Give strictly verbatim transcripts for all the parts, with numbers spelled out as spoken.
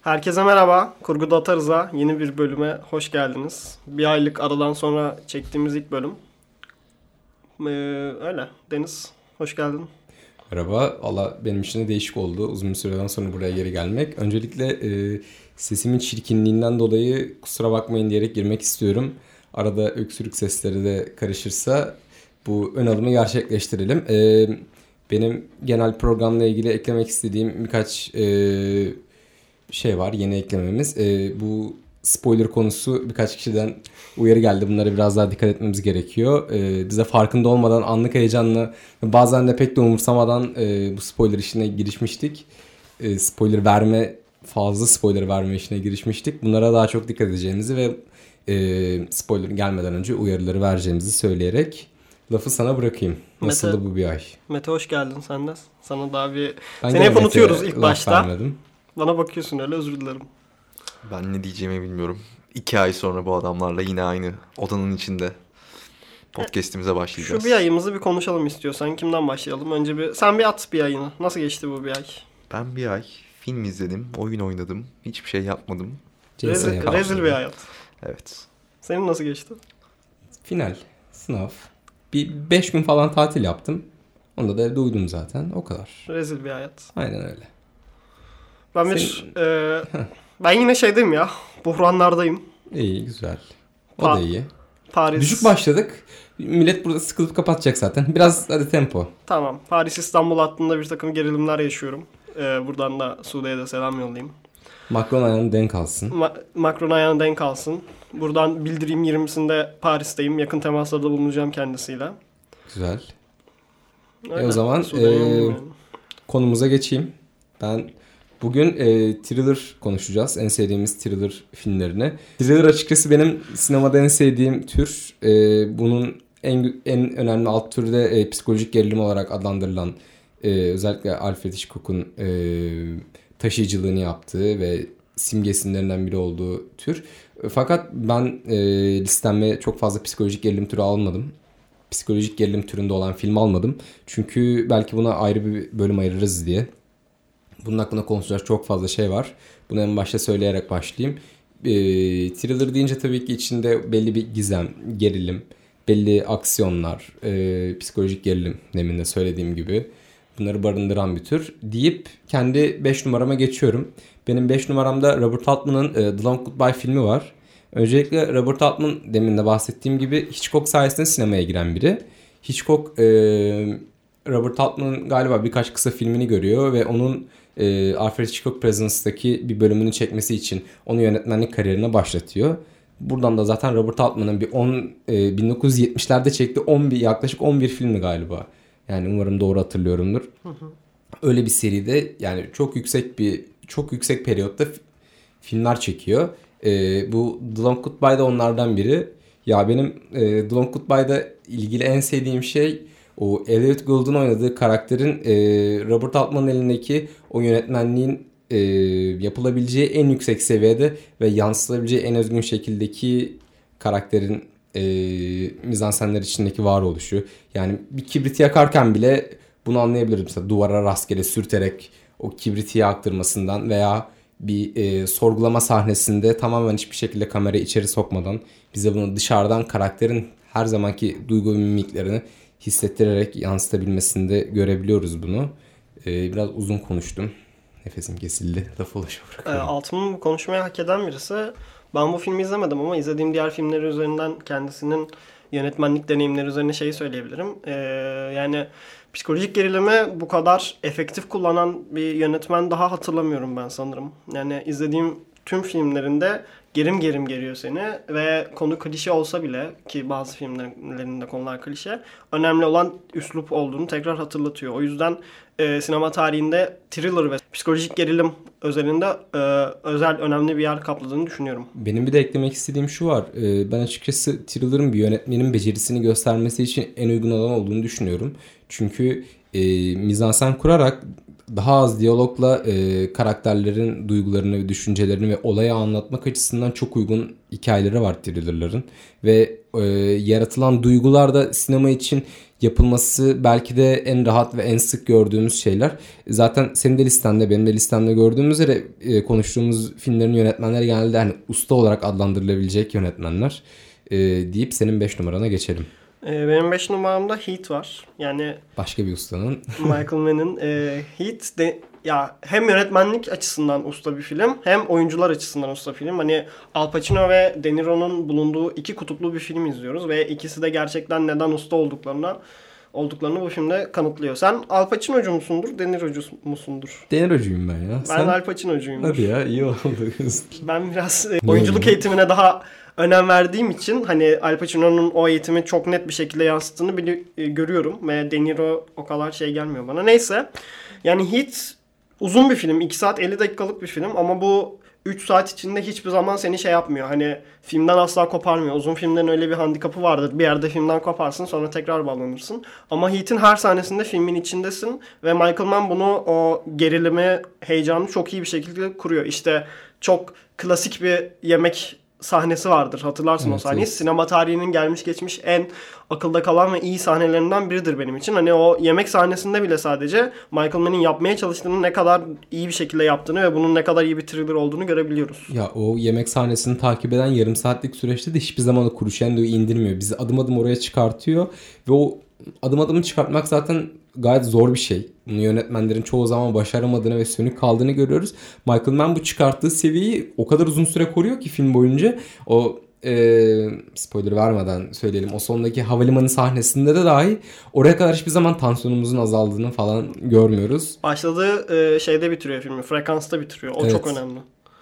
Herkese merhaba. Kurguda Atarız'a yeni bir bölüme hoş geldiniz. Bir aylık aradan sonra çektiğimiz ilk bölüm. Ee, öyle. Deniz, hoş geldin. Merhaba. Valla benim için de değişik oldu. Uzun bir süreden sonra buraya geri gelmek. Öncelikle e, sesimin çirkinliğinden dolayı kusura bakmayın diyerek girmek istiyorum. Arada öksürük sesleri de karışırsa bu ön alımı gerçekleştirelim. E, benim genel programla ilgili eklemek istediğim birkaç e, şey var. Yeni eklememiz. E, bu spoiler konusu birkaç kişiden uyarı geldi. Bunlara biraz daha dikkat etmemiz gerekiyor. Ee, bize farkında olmadan anlık heyecanla bazen de pek de umursamadan e, bu spoiler işine girişmiştik. E, spoiler verme, fazla spoiler verme işine girişmiştik. Bunlara daha çok dikkat edeceğimizi ve e, spoiler gelmeden önce uyarıları vereceğimizi söyleyerek lafı sana bırakayım. Nasıldı Mete, bu bir ay? Mete hoş geldin sen de. Sana daha bir... Ben Seni hep Mete'ye unutuyoruz ilk başta. vermedim. Bana bakıyorsun öyle, özür dilerim. Ben ne diyeceğimi bilmiyorum. İki ay sonra bu adamlarla yine aynı odanın içinde podcast'imize başlayacağız. Şu bir ayımızı bir konuşalım istiyorsan. Kimden başlayalım? Önce bir sen bir at bir ayını. Nasıl geçti bu bir ay? Ben bir ay film izledim, oyun oynadım, hiçbir şey yapmadım. Rezil, rezil bir hayat. Evet. Senin nasıl geçti? Final, sınav. Bir beş gün falan tatil yaptım. Onda da evde uyudum zaten. O kadar. Rezil bir hayat. Aynen öyle. Ben bir... E, ben yine şeydeyim ya. Buhranlardayım. İyi, güzel. O Pa- da iyi. Paris. Düşük başladık. Millet burada sıkılıp kapatacak zaten. Biraz hadi tempo. Tamam. Paris-İstanbul hattında bir takım gerilimler yaşıyorum. Ee, buradan da Sude'ye de selam yollayayım. Macron ayağını denk alsın. Ma- Macron ayağına denk alsın. Buradan bildireyim yirmisinde Paris'teyim. Yakın temaslarda bulunacağım kendisiyle. Güzel. Öyle. E o zaman Sude'ye e, yollayayım yani. konumuza geçeyim. Ben bugün e, thriller konuşacağız. En sevdiğimiz thriller filmlerini. Thriller açıkçası benim sinemada en sevdiğim tür. E, bunun en en önemli alt türü de e, psikolojik gerilim olarak adlandırılan, e, özellikle Alfred Hitchcock'un e, taşıyıcılığını yaptığı ve simge isimlerinden biri olduğu tür. Fakat ben e, listeme çok fazla psikolojik gerilim türü almadım. Psikolojik gerilim türünde olan film almadım. Çünkü belki buna ayrı bir bölüm ayırırız diye. Bunun hakkında konuşacak çok fazla şey var. Bunu en başta söyleyerek başlayayım. E, thriller deyince tabii ki içinde belli bir gizem, gerilim, belli aksiyonlar, e, psikolojik gerilim demin de söylediğim gibi bunları barındıran bir tür deyip kendi beş numarama geçiyorum. Benim beş numaramda Robert Altman'ın e, The Long Goodbye filmi var. Öncelikle Robert Altman demin de bahsettiğim gibi Hitchcock sayesinde sinemaya giren biri. Hitchcock e, Robert Altman'ın galiba birkaç kısa filmini görüyor ve onun e, Alfred Hitchcock Presence'daki bir bölümünü çekmesi için onu yönetmenlik kariyerine başlatıyor. Buradan da zaten Robert Altman'ın bir on, e, bin dokuz yüz yetmişlerde çektiği on bir, yaklaşık on bir filmi galiba. Yani umarım doğru hatırlıyorumdur. Hı hı. Öyle bir seride yani çok yüksek bir çok yüksek periyotta f- filmler çekiyor. Ee, bu The Long Goodbye da onlardan biri. Ya benim e, The Long Goodbye'da ilgili en sevdiğim şey o Elliot Gould'un oynadığı karakterin e, Robert Altman'ın elindeki o yönetmenliğin e, yapılabileceği en yüksek seviyede ve yansıtılabileceği en özgün şekildeki karakterin e, mizansenler içindeki varoluşu. Yani bir kibriti yakarken bile bunu anlayabilirim. Mesela duvara rastgele sürterek o kibriti yaktırmasından veya bir e, sorgulama sahnesinde tamamen hiçbir şekilde kamerayı içeri sokmadan bize bunu dışarıdan karakterin her zamanki duygu ve mimiklerini hissettirerek yansıtabilmesinde görebiliyoruz bunu. E, biraz uzun konuştum. Nefesim kesildi. Lafı ulaşa bırakıyorum. E, Altman bu konuşmayı hak eden birisi. Ben bu filmi izlemedim ama izlediğim diğer filmleri üzerinden kendisinin yönetmenlik deneyimleri üzerine şeyi söyleyebilirim. Ee, yani psikolojik gerilimi bu kadar efektif kullanan bir yönetmen daha hatırlamıyorum ben sanırım. Yani izlediğim tüm filmlerinde gerim gerim geriyor seni ve konu klişe olsa bile, ki bazı filmlerinde konular klişe, önemli olan üslup olduğunu tekrar hatırlatıyor. O yüzden e, sinema tarihinde thriller ve psikolojik gerilim özelinde e, özel önemli bir yer kapladığını düşünüyorum. Benim bir de eklemek istediğim şu var. E, ben açıkçası thriller'ın bir yönetmenin becerisini göstermesi için en uygun alan olduğunu düşünüyorum. Çünkü e, mizansen kurarak daha az diyalogla e, karakterlerin duygularını ve düşüncelerini ve olayı anlatmak açısından çok uygun hikayeleri var thriller'ların. Ve e, yaratılan duygular da sinema için yapılması belki de en rahat ve en sık gördüğümüz şeyler. Zaten senin de listende, benim de listemde gördüğümüz üzere e, konuştuğumuz filmlerin yönetmenleri genelde hani usta olarak adlandırılabilecek yönetmenler e, deyip senin beş numarana geçelim. Ee, benim beş numaramda Heat var. Yani başka bir ustanın. Michael Mann'in e, Heat de, ya hem yönetmenlik açısından usta bir film hem oyuncular açısından usta film. Hani Al Pacino ve De Niro'nun bulunduğu iki kutuplu bir film izliyoruz ve ikisi de gerçekten neden usta olduklarına olduklarını bu filmde kanıtlıyor. Sen Al Pacino'cu musundur, De Niro'cu musundur? De Niro'cuyum ben ya. Ben Sen... Al Pacino'cuyum. Hadi ya, iyi oldu. Ben biraz e, oyunculuk eğitimine daha önem verdiğim için hani Al Pacino'nun o eğitimi çok net bir şekilde yansıttığını bili- e, görüyorum ve De Niro o kadar şey gelmiyor bana. Neyse. Yani Heat uzun bir film. iki saat elli dakikalık bir film ama bu üç saat içinde hiçbir zaman seni şey yapmıyor. Hani filmden asla koparmıyor. Uzun filmlerin öyle bir handikapı vardır. Bir yerde filmden koparsın sonra tekrar bağlanırsın. Ama Heat'in her sahnesinde filmin içindesin ve Michael Mann bunu, o gerilimi, heyecanı çok iyi bir şekilde kuruyor. İşte çok klasik bir yemek sahnesi vardır. Hatırlarsın evet, o sahneyi. Evet. Sinema tarihinin gelmiş geçmiş en akılda kalan ve iyi sahnelerinden biridir benim için. Hani o yemek sahnesinde bile sadece Michael Mann'in yapmaya çalıştığını ne kadar iyi bir şekilde yaptığını ve bunun ne kadar iyi bir thriller olduğunu görebiliyoruz. Ya o yemek sahnesini takip eden yarım saatlik süreçte de hiçbir zaman o crescendo'yu indirmiyor. Bizi adım adım oraya çıkartıyor ve o adım adım çıkartmak zaten gayet zor bir şey. Bunu yönetmenlerin çoğu zaman başaramadığını ve sönük kaldığını görüyoruz. Michael Mann bu çıkarttığı seviyeyi o kadar uzun süre koruyor ki film boyunca. O e, spoiler vermeden söyleyelim. O sondaki havalimanı sahnesinde de dahi oraya kadar hiçbir zaman tansiyonumuzun azaldığını falan görmüyoruz. Başladığı e, şeyde bitiriyor filmi. Frekansta bitiriyor. O evet. Çok önemli.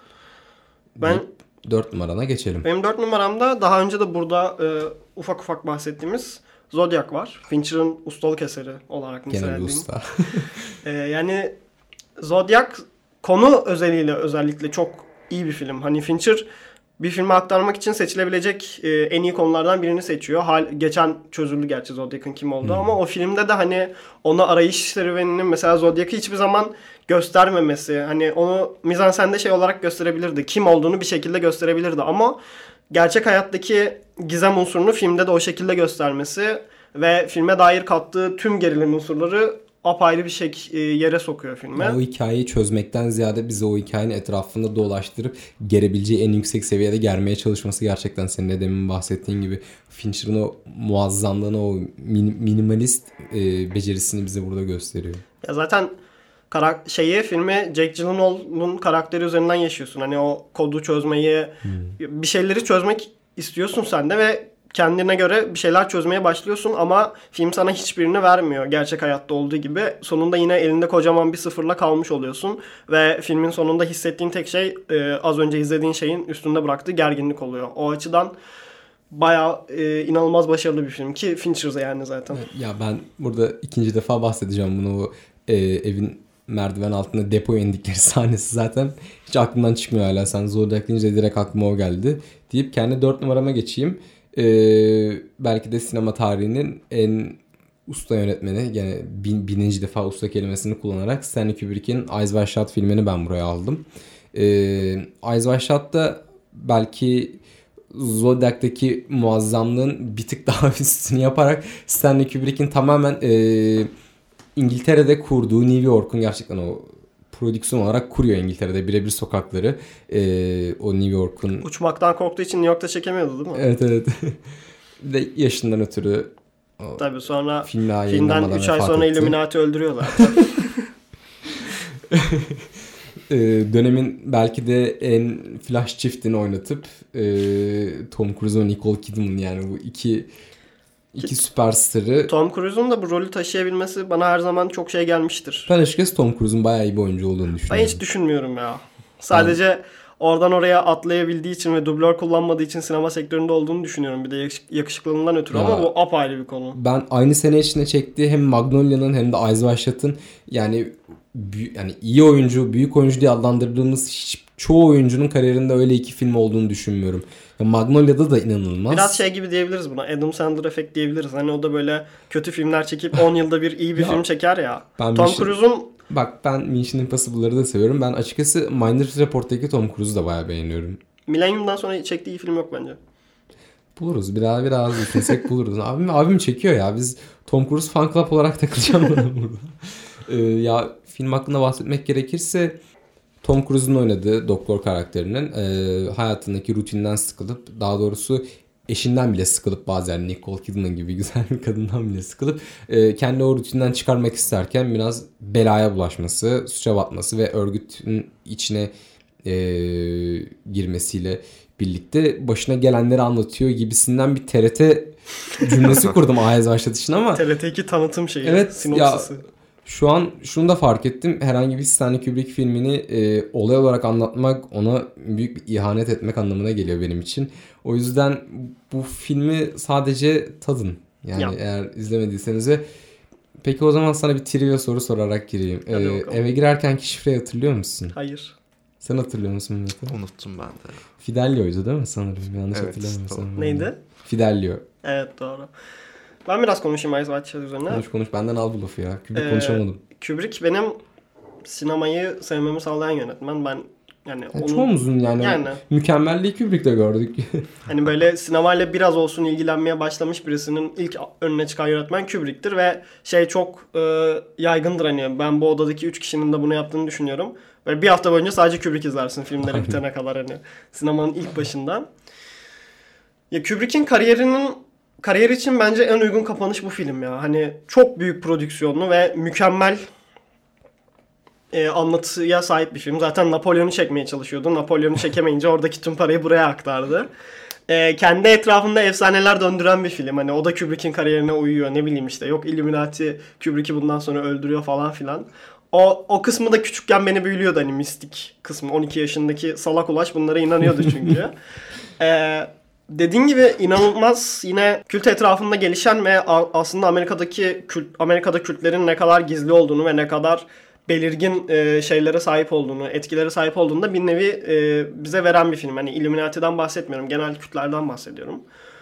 Ben dört numarana geçelim. Benim dört numaramda daha önce de burada e, ufak ufak bahsettiğimiz Zodiac var. Fincher'ın ustalık eseri olarak nitelediğim. Gene bir usta. ee, yani Zodiac konu özeliyle özellikle çok iyi bir film. Hani Fincher bir filme aktarmak için seçilebilecek e, en iyi konulardan birini seçiyor. Hal, geçen çözüldü gerçi Zodiac'ın kim olduğu hmm. ama o filmde de hani onu arayış serüveninin mesela Zodiac'ı hiçbir zaman göstermemesi. Hani onu mizansende şey olarak gösterebilirdi. Kim olduğunu bir şekilde gösterebilirdi ama gerçek hayattaki gizem unsurunu filmde de o şekilde göstermesi ve filme dair kattığı tüm gerilim unsurları apayrı bir şey yere sokuyor filme. Yani o hikayeyi çözmekten ziyade bizi o hikayenin etrafında dolaştırıp gerebileceği en yüksek seviyede germeye çalışması gerçekten senin de demin bahsettiğin gibi Fincher'ın o muazzamlığını, o minimalist e, becerisini bize burada gösteriyor. Ya zaten karak- şeyi filmi Jake Gyllenhaal'ın karakteri üzerinden yaşıyorsun. Hani o kodu çözmeyi, hmm. bir şeyleri çözmek istiyorsun sen de ve kendine göre bir şeyler çözmeye başlıyorsun ama film sana hiçbirini vermiyor gerçek hayatta olduğu gibi. Sonunda yine elinde kocaman bir sıfırla kalmış oluyorsun ve filmin sonunda hissettiğin tek şey e, az önce izlediğin şeyin üstünde bıraktığı gerginlik oluyor. O açıdan bayağı e, inanılmaz başarılı bir film ki Fincher'da yani zaten. Ya ben burada ikinci defa bahsedeceğim bunu, o e, evin merdiven altında depoya indikleri sahnesi zaten hiç aklımdan çıkmıyor hala. Sen Zodiac deyince direkt aklıma o geldi deyip kendi dört numarama geçeyim. Ee, belki de sinema tarihinin en usta yönetmeni, yani bin, bininci defa usta kelimesini kullanarak Stanley Kubrick'in Eyes Wide Shut filmini ben buraya aldım. Ee, Eyes Wide Shut'ta belki Zodiac'taki muazzamlığın bir tık daha üstünü yaparak Stanley Kubrick'in tamamen e, İngiltere'de kurduğu New York'un gerçekten o prodüksiyon olarak kuruyor İngiltere'de birebir sokakları. Ee, o New York'un... Uçmaktan korktuğu için New York'ta çekemiyordu değil mi? Evet evet. Ve yaşından ötürü... Tabii sonra filmden üç ay sonra etti. Illuminati öldürüyorlar. ee, dönemin belki de en flash çiftini oynatıp e, Tom Cruise ve Nicole Kidman, yani bu iki... İki süperstarı. Tom Cruise'un da bu rolü taşıyabilmesi bana her zaman çok şey gelmiştir. Ben açıkçası Tom Cruise'un bayağı iyi bir oyuncu olduğunu düşünüyorum. Ben hiç düşünmüyorum ya. Sadece ben... oradan oraya atlayabildiği için ve dublör kullanmadığı için sinema sektöründe olduğunu düşünüyorum. Bir de yakışıklılığından ötürü ya, ama bu apayrı bir konu. Ben aynı sene içinde çektiği hem Magnolia'nın hem de Eyes Wide Shut'ın yani, yani iyi oyuncu, büyük oyuncu diye adlandırdığımız hiç, çoğu oyuncunun kariyerinde öyle iki film olduğunu düşünmüyorum. Ya Magnolia'da da inanılmaz. Biraz şey gibi diyebiliriz buna. Adam Sandler efekt diyebiliriz. Hani o da böyle kötü filmler çekip on yılda bir iyi bir ya, film çeker ya. Tom Mission, Cruise'un... Bak ben Mission Impossible'ları da seviyorum. Ben açıkçası Minority Report'taki Tom Cruise'u da bayağı beğeniyorum. Millennium'dan sonra çektiği iyi film yok bence. Buluruz. Biraz biraz düşünsek buluruz. Abim, abim çekiyor ya. Biz Tom Cruise Fan Club olarak takılacağım burada. Ee, ya film hakkında bahsetmek gerekirse Tom Cruise'un oynadığı doktor karakterinin e, hayatındaki rutinden sıkılıp, daha doğrusu eşinden bile sıkılıp, bazen Nicole Kidman gibi güzel bir kadından bile sıkılıp e, kendi o rutinden çıkarmak isterken biraz belaya bulaşması, suça batması ve örgütün içine e, girmesiyle birlikte başına gelenleri anlatıyor gibisinden bir T R T cümlesi kurdum ağız başlatışın ama. T R T iki tanıtım şeyi. Evet sinopsisi. ya, şu an şunu da fark ettim. Herhangi bir Stanley Kubrick filmini e, olay olarak anlatmak ona büyük bir ihanet etmek anlamına geliyor benim için. O yüzden bu filmi sadece tadın. Yani ya. Eğer izlemediyseniz ve peki o zaman sana bir trivia soru sorarak gireyim. Ee, eve girerkenki şifreyi hatırlıyor musun? Hayır. Sen hatırlıyor musun Mete? Unuttum ben de. Fidelio'ydu değil mi sanırım? Yanlış evet, hatırlamıyorsam. Neydi? Fidelio. Evet doğru. Ben biraz konuşayım Eyes Wide Shut üzerine. Konuş konuş. Benden al bu lafı ya. Kubrick ee, konuşamadım. Kubrick benim sinemayı sevmemi sağlayan yönetmen. Ben yani ya onun... Çoğumuzun yani, yani mükemmelliği Kubrick'te gördük. Hani böyle sinemayla biraz olsun ilgilenmeye başlamış birisinin ilk önüne çıkan yönetmen Kubrick'tir ve şey çok e, yaygındır hani ben bu odadaki üç kişinin de bunu yaptığını düşünüyorum. Böyle bir hafta boyunca sadece Kubrick izlersin filmleri bitene kadar hani sinemanın ilk başından. Ya Kubrick'in kariyerinin Kariyer için bence en uygun kapanış bu film ya. Hani çok büyük prodüksiyonlu ve mükemmel e, anlatıya sahip bir film. Zaten Napolyon'u çekmeye çalışıyordu. Napolyon'u çekemeyince oradaki tüm parayı buraya aktardı. E, kendi etrafında efsaneler döndüren bir film. Hani o da Kubrick'in kariyerine uyuyor. Ne bileyim işte yok Illuminati Kubrick'i bundan sonra öldürüyor falan filan. O, o kısmı da küçükken beni büyülüyordu hani mistik kısmı. on iki yaşındaki salak ulaş bunlara inanıyordu çünkü. Eee Dediğin gibi inanılmaz yine kült etrafında gelişen ve aslında Amerika'daki kült, Amerika'da kültlerin ne kadar gizli olduğunu ve ne kadar belirgin e, şeylere sahip olduğunu, etkilere sahip olduğunu da bir nevi e, bize veren bir film. Hani Illuminati'den bahsetmiyorum, genel kültlerden bahsediyorum.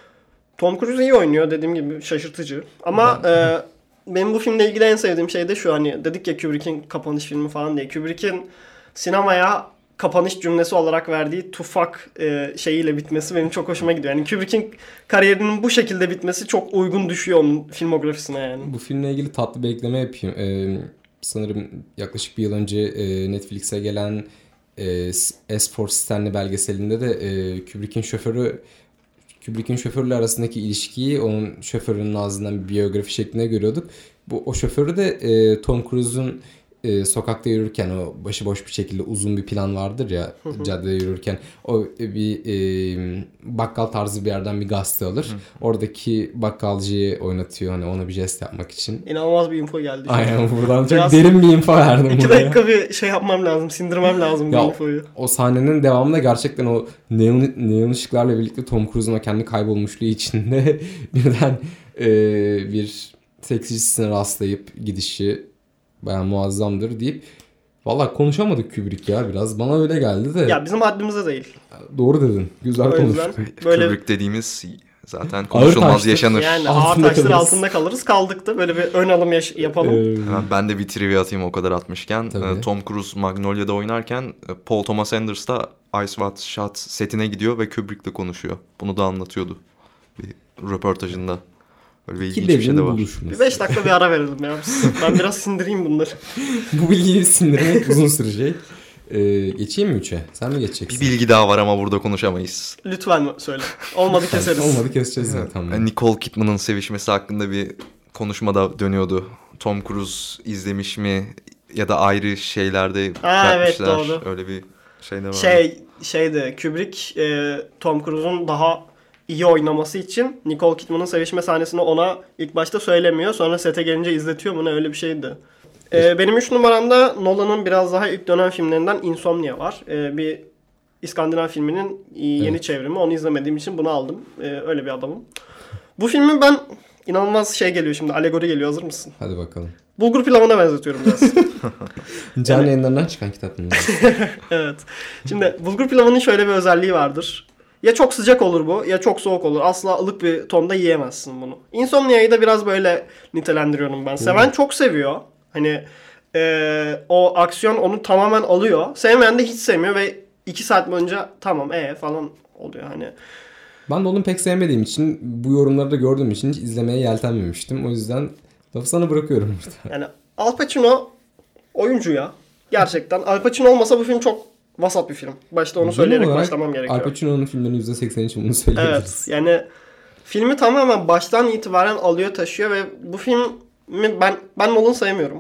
Tom Cruise iyi oynuyor dediğim gibi şaşırtıcı. Ama e, benim bu filmle ilgili en sevdiğim şey de şu hani dedik ya Kubrick'in kapanış filmi falan diye. Kubrick'in sinemaya kapanış cümlesi olarak verdiği tufak e, şeyiyle bitmesi benim çok hoşuma gidiyor. Yani Kubrick'in kariyerinin bu şekilde bitmesi çok uygun düşüyor onun filmografisine yani. Bu filmle ilgili tatlı bir ekleme yapayım. Ee, sanırım yaklaşık bir yıl önce e, Netflix'e gelen e, S for Stanley belgeselinde de e, Kubrick'in şoförü Kubrick'in şoförle arasındaki ilişkiyi onun şoförünün ağzından bir biyografi şeklinde görüyorduk. Bu o şoförü de e, Tom Cruise'un e, sokakta yürürken o başıboş bir şekilde uzun bir plan vardır ya hı hı. caddede yürürken o bir e, bakkal tarzı bir yerden bir gazete alır. Hı hı. Oradaki bakkalcıyı oynatıyor hani ona bir jest yapmak için. İnanılmaz bir info geldi. Aynen buradan çok derin bir info verdim. İki buraya. dakika bir şey yapmam lazım, sindirmem lazım bu infoyu. O sahnenin devamında gerçekten o neon, neon ışıklarla birlikte Tom Cruise'un kendi kaybolmuşluğu içinde birden e, bir seksistisine rastlayıp gidişi bayağı muazzamdır deyip valla konuşamadık Kubrick ya biraz. Bana öyle geldi de. Ya bizim haddimize değil. Doğru dedin. Güzel konuştuk. Böyle... Kubrick dediğimiz zaten konuşulmaz yaşanır. Yani ağır taşlar altında kalırız. Kaldık da böyle bir ön alım yaş- yapalım. Ee... Ben de bir trivia atayım o kadar atmışken. Tabii. Tom Cruise Magnolia'da oynarken Paul Thomas Anderson da Ice Wide Shut setine gidiyor ve Kubrick'le konuşuyor. Bunu da anlatıyordu bir röportajında. Böyle bir ilginç bir şey de var. Bir beş dakika bir ara verelim ya. Ben biraz sindireyim bunları. Bu bilgiyi sindirmek uzun sürecek. Ee, geçeyim mi üçe? Sen mi geçeceksin? Bir bilgi daha var ama burada konuşamayız. Lütfen söyle. Olmadı keseriz. Olmadı keseceğiz zaten. Yani Nicole Kidman'ın sevişmesi hakkında bir konuşma da dönüyordu. Tom Cruise izlemiş mi ya da ayrı şeylerde ha, evet doğru. Öyle bir şey de var. Şey, şeydi Kubrick e, Tom Cruise'un daha iyi oynaması için Nicole Kidman'ın sevişme sahnesini ona ilk başta söylemiyor. Sonra sete gelince izletiyor mu ne öyle bir şeydi. Ee, benim üç numaramda Nolan'ın biraz daha ilk dönem filmlerinden Insomnia var. Ee, bir İskandinav filminin yeni evet. çevrimi. Onu izlemediğim için bunu aldım. Ee, öyle bir adamım. Bu filmi ben inanılmaz şey geliyor şimdi. Alegori geliyor. Hazır mısın? Hadi bakalım. Bulgur pilavına benzetiyorum biraz. Canlı yani... yayınlarından çıkan kitap mı? Evet. Şimdi bulgur pilavının şöyle bir özelliği vardır. Ya çok sıcak olur bu ya çok soğuk olur. Asla ılık bir tonda yiyemezsin bunu. Insomnia'yı da biraz böyle nitelendiriyorum ben. Seven çok seviyor. Hani e, o aksiyon onu tamamen alıyor. Sevmeyen de hiç sevmiyor ve iki saat boyunca tamam ee falan oluyor hani. Ben Nolan'ı pek sevmediğim için, bu yorumları da gördüğüm için hiç izlemeye yeltenmemiştim. O yüzden lafı sana bırakıyorum burada. Yani Al Pacino oyuncu ya. Gerçekten. Al Pacino olmasa bu film çok vasat bir film. Başta onu Genel söyleyerek olarak başlamam gerekiyor. Al Pacino'nun filmlerinin yüzde sekseni için bunu söyleyebiliriz. Evet. Yani filmi tamamen baştan itibaren alıyor, taşıyor ve bu filmi ben ben Nolan sevmiyorum.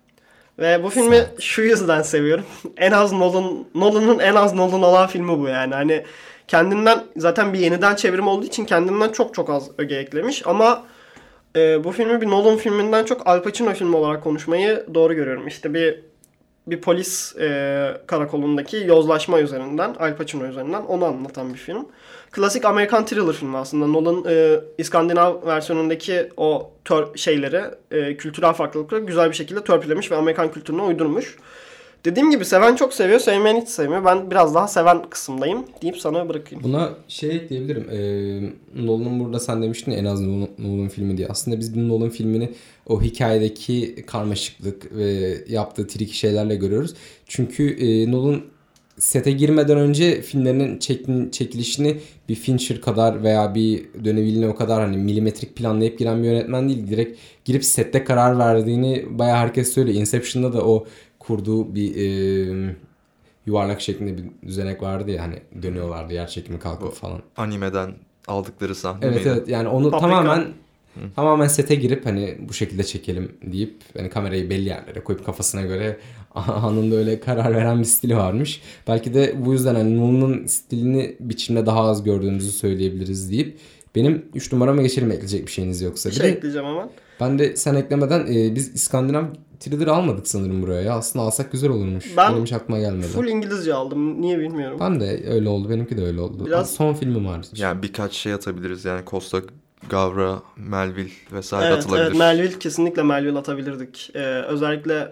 Ve bu filmi Sen... şu yüzden seviyorum. en az Nolan Nolan'ın en az Nolan olan filmi bu yani. Hani kendinden zaten bir yeniden çevrim olduğu için kendinden çok çok az öge eklemiş ama e, bu filmi bir Nolan filminden çok Al Pacino filmi olarak konuşmayı doğru görüyorum. İşte bir bir polis e, karakolundaki yozlaşma üzerinden, Al Pacino üzerinden onu anlatan bir film. Klasik Amerikan thriller filmi aslında. Nolan e, İskandinav versiyonundaki o tör şeyleri, e, kültürel farklılıkları güzel bir şekilde törpülemiş ve Amerikan kültürüne uydurmuş. Dediğim gibi seven çok seviyor, sevmeyen hiç sevmiyor. Ben biraz daha seven kısımdayım deyip sana bırakayım. Buna şey ekleyebilirim. Ee, Nolan'ın burada sen demiştin ya, en az Nolan, Nolan filmi diye. Aslında biz bu Nolan filmini o hikayedeki karmaşıklık ve yaptığı triki şeylerle görüyoruz. Çünkü e, Nolan sete girmeden önce filmlerinin çekin, çekilişini bir Fincher kadar veya bir Denis Villeneuve kadar hani milimetrik planlayıp giren bir yönetmen değil. Direkt girip sette karar verdiğini bayağı herkes söylüyor. Inception'da da o kurduğu bir e, yuvarlak şeklinde bir düzenek vardı ya, hani dönüyorlardı yer çekimi kalkıp falan. Animeden aldıkları sahne evet, miydi? Evet yani onu Paprika. tamamen Hı. tamamen sete girip hani bu şekilde çekelim deyip hani kamerayı belli yerlere koyup kafasına göre anında öyle karar veren bir stili varmış. Belki de bu yüzden hani Nolan'ın stilini biçimde daha az gördüğümüzü söyleyebiliriz deyip benim üç numarama geçelim, ekleyecek bir şeyiniz yoksa. Bir şey ekleyeceğim hemen. Ben de sen eklemeden e, biz İskandinav thriller almadık sanırım buraya ya. Aslında alsak güzel olurmuş. Ben benim hiç aklıma gelmedi. Full İngilizce aldım. Niye bilmiyorum. Ben de öyle oldu. Benimki de öyle oldu. Biraz... Son filmim var. Yani birkaç şey atabiliriz. Yani Costa Gavra, Melville vesaire evet, atılabilir. Evet, Melville, kesinlikle Melville atabilirdik. Ee, özellikle